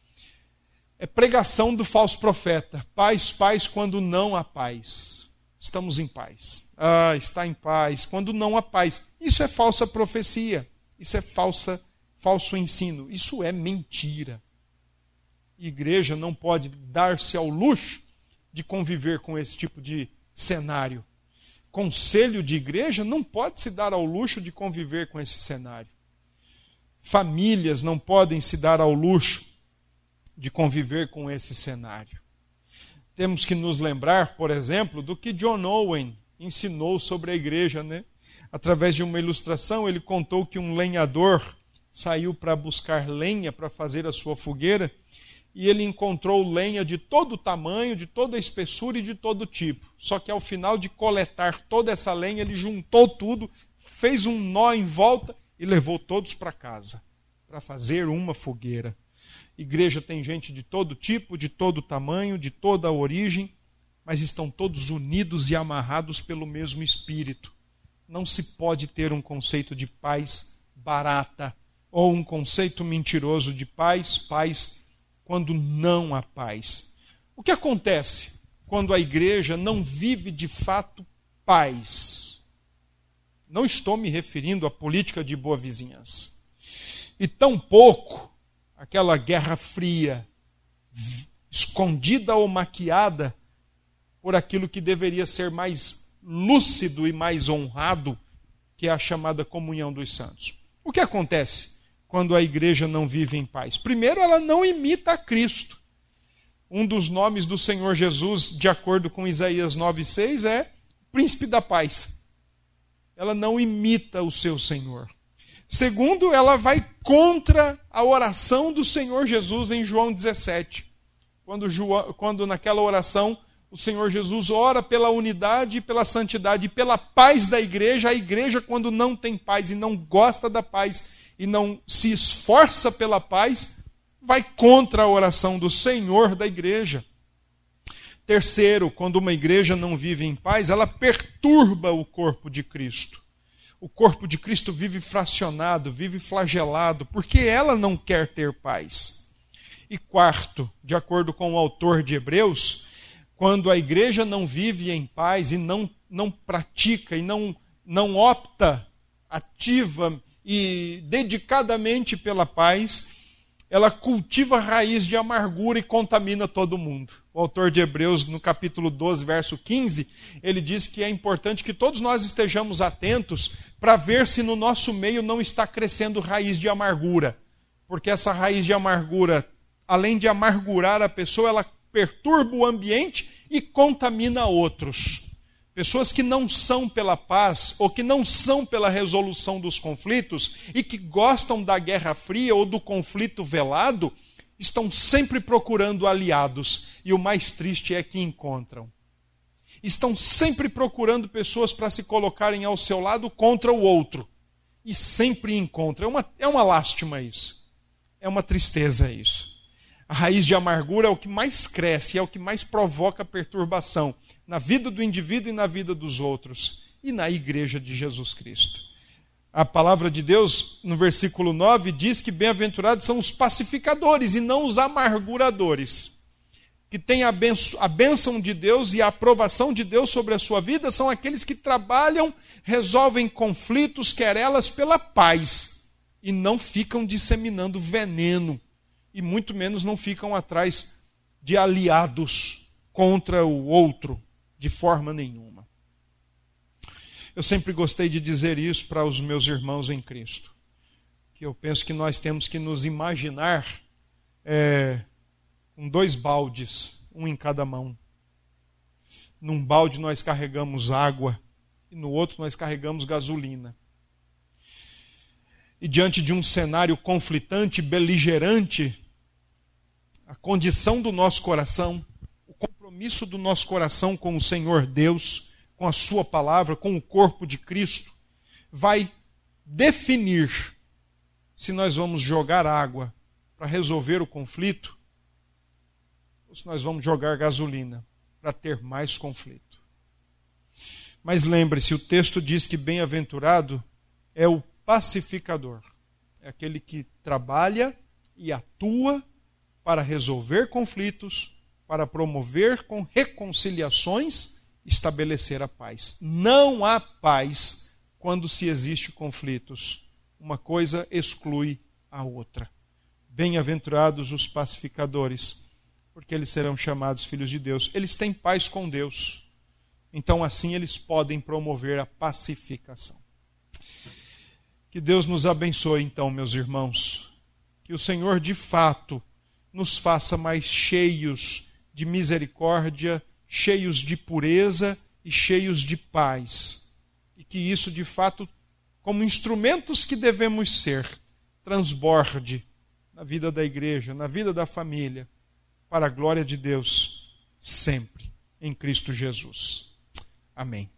Speaker 1: é pregação do falso profeta. Paz, paz, quando não há paz. Estamos em paz. Está em paz, quando não há paz. Isso é falsa profecia. Isso é falso ensino. Isso é mentira. Igreja não pode dar-se ao luxo de conviver com esse tipo de cenário. Conselho de igreja não pode se dar ao luxo de conviver com esse cenário. Famílias não podem se dar ao luxo de conviver com esse cenário. Temos que nos lembrar, por exemplo, do que John Owen ensinou sobre a igreja, né? Através de uma ilustração, ele contou que um lenhador saiu para buscar lenha para fazer a sua fogueira e ele encontrou lenha de todo tamanho, de toda espessura e de todo tipo. Só que ao final de coletar toda essa lenha, ele juntou tudo, fez um nó em volta e levou todos para casa para fazer uma fogueira. Igreja tem gente de todo tipo, de todo tamanho, de toda a origem, mas estão todos unidos e amarrados pelo mesmo Espírito. Não se pode ter um conceito de paz barata ou um conceito mentiroso de paz, quando não há paz. O que acontece quando a igreja não vive de fato paz? Não estou me referindo à política de boa vizinhança. E tampouco aquela guerra fria, escondida ou maquiada por aquilo que deveria ser mais lúcido e mais honrado, que é a chamada comunhão dos santos. O que acontece quando a igreja não vive em paz? Primeiro, ela não imita a Cristo. Um dos nomes do Senhor Jesus, de acordo com Isaías 9,6, é Príncipe da Paz. ela não imita o seu Senhor. Segundo, ela vai contra a oração do Senhor Jesus em João 17. Quando naquela oração o Senhor Jesus ora pela unidade, pela santidade e pela paz da igreja, a igreja, quando não tem paz e não gosta da paz e não se esforça pela paz, vai contra a oração do Senhor da igreja. Terceiro, quando uma igreja não vive em paz, ela perturba o corpo de Cristo. O corpo de Cristo vive fracionado, vive flagelado, porque ela não quer ter paz. E quarto, de acordo com o autor de Hebreus, quando a igreja não vive em paz e não pratica e não opta ativa e dedicadamente pela paz, ela cultiva raiz de amargura e contamina todo mundo. O autor de Hebreus, no capítulo 12, verso 15, ele diz que é importante que todos nós estejamos atentos para ver se no nosso meio não está crescendo raiz de amargura. Porque essa raiz de amargura, além de amargurar a pessoa, ela perturba o ambiente e contamina outros. Pessoas que não são pela paz ou que não são pela resolução dos conflitos e que gostam da Guerra Fria ou do conflito velado, estão sempre procurando aliados. E o mais triste é que encontram. Estão sempre procurando pessoas para se colocarem ao seu lado contra o outro. E sempre encontram. É uma lástima isso. É uma tristeza isso. A raiz de amargura é o que mais cresce, é o que mais provoca perturbação na vida do indivíduo e na vida dos outros, e na igreja de Jesus Cristo. A palavra de Deus, no versículo 9, diz que bem-aventurados são os pacificadores e não os amarguradores. Que têm a bênção de Deus e a aprovação de Deus sobre a sua vida são aqueles que trabalham, resolvem conflitos, querelas pela paz, e não ficam disseminando veneno, e muito menos não ficam atrás de aliados contra o outro, de forma nenhuma. Eu sempre gostei de dizer isso para os meus irmãos em Cristo, que eu penso que nós temos que nos imaginar com 2 baldes, um em cada mão. Num balde nós carregamos água e no outro nós carregamos gasolina. E diante de um cenário conflitante, beligerante, a condição do nosso coração, o compromisso do nosso coração com o Senhor Deus, com a sua palavra, com o corpo de Cristo, vai definir se nós vamos jogar água para resolver o conflito ou se nós vamos jogar gasolina para ter mais conflito. Mas lembre-se, o texto diz que bem-aventurado é o pacificador. É aquele que trabalha e atua para resolver conflitos, para promover com reconciliações, estabelecer a paz. Não há paz quando se existe conflitos. Uma coisa exclui a outra. Bem-aventurados os pacificadores, porque eles serão chamados filhos de Deus. Eles têm paz com Deus. Então assim eles podem promover a pacificação. Que Deus nos abençoe então, meus irmãos. Que o Senhor de fato nos faça mais cheios de misericórdia, cheios de pureza e cheios de paz. E que isso, de fato, como instrumentos que devemos ser, transborde na vida da igreja, na vida da família, para a glória de Deus, sempre, em Cristo Jesus. Amém.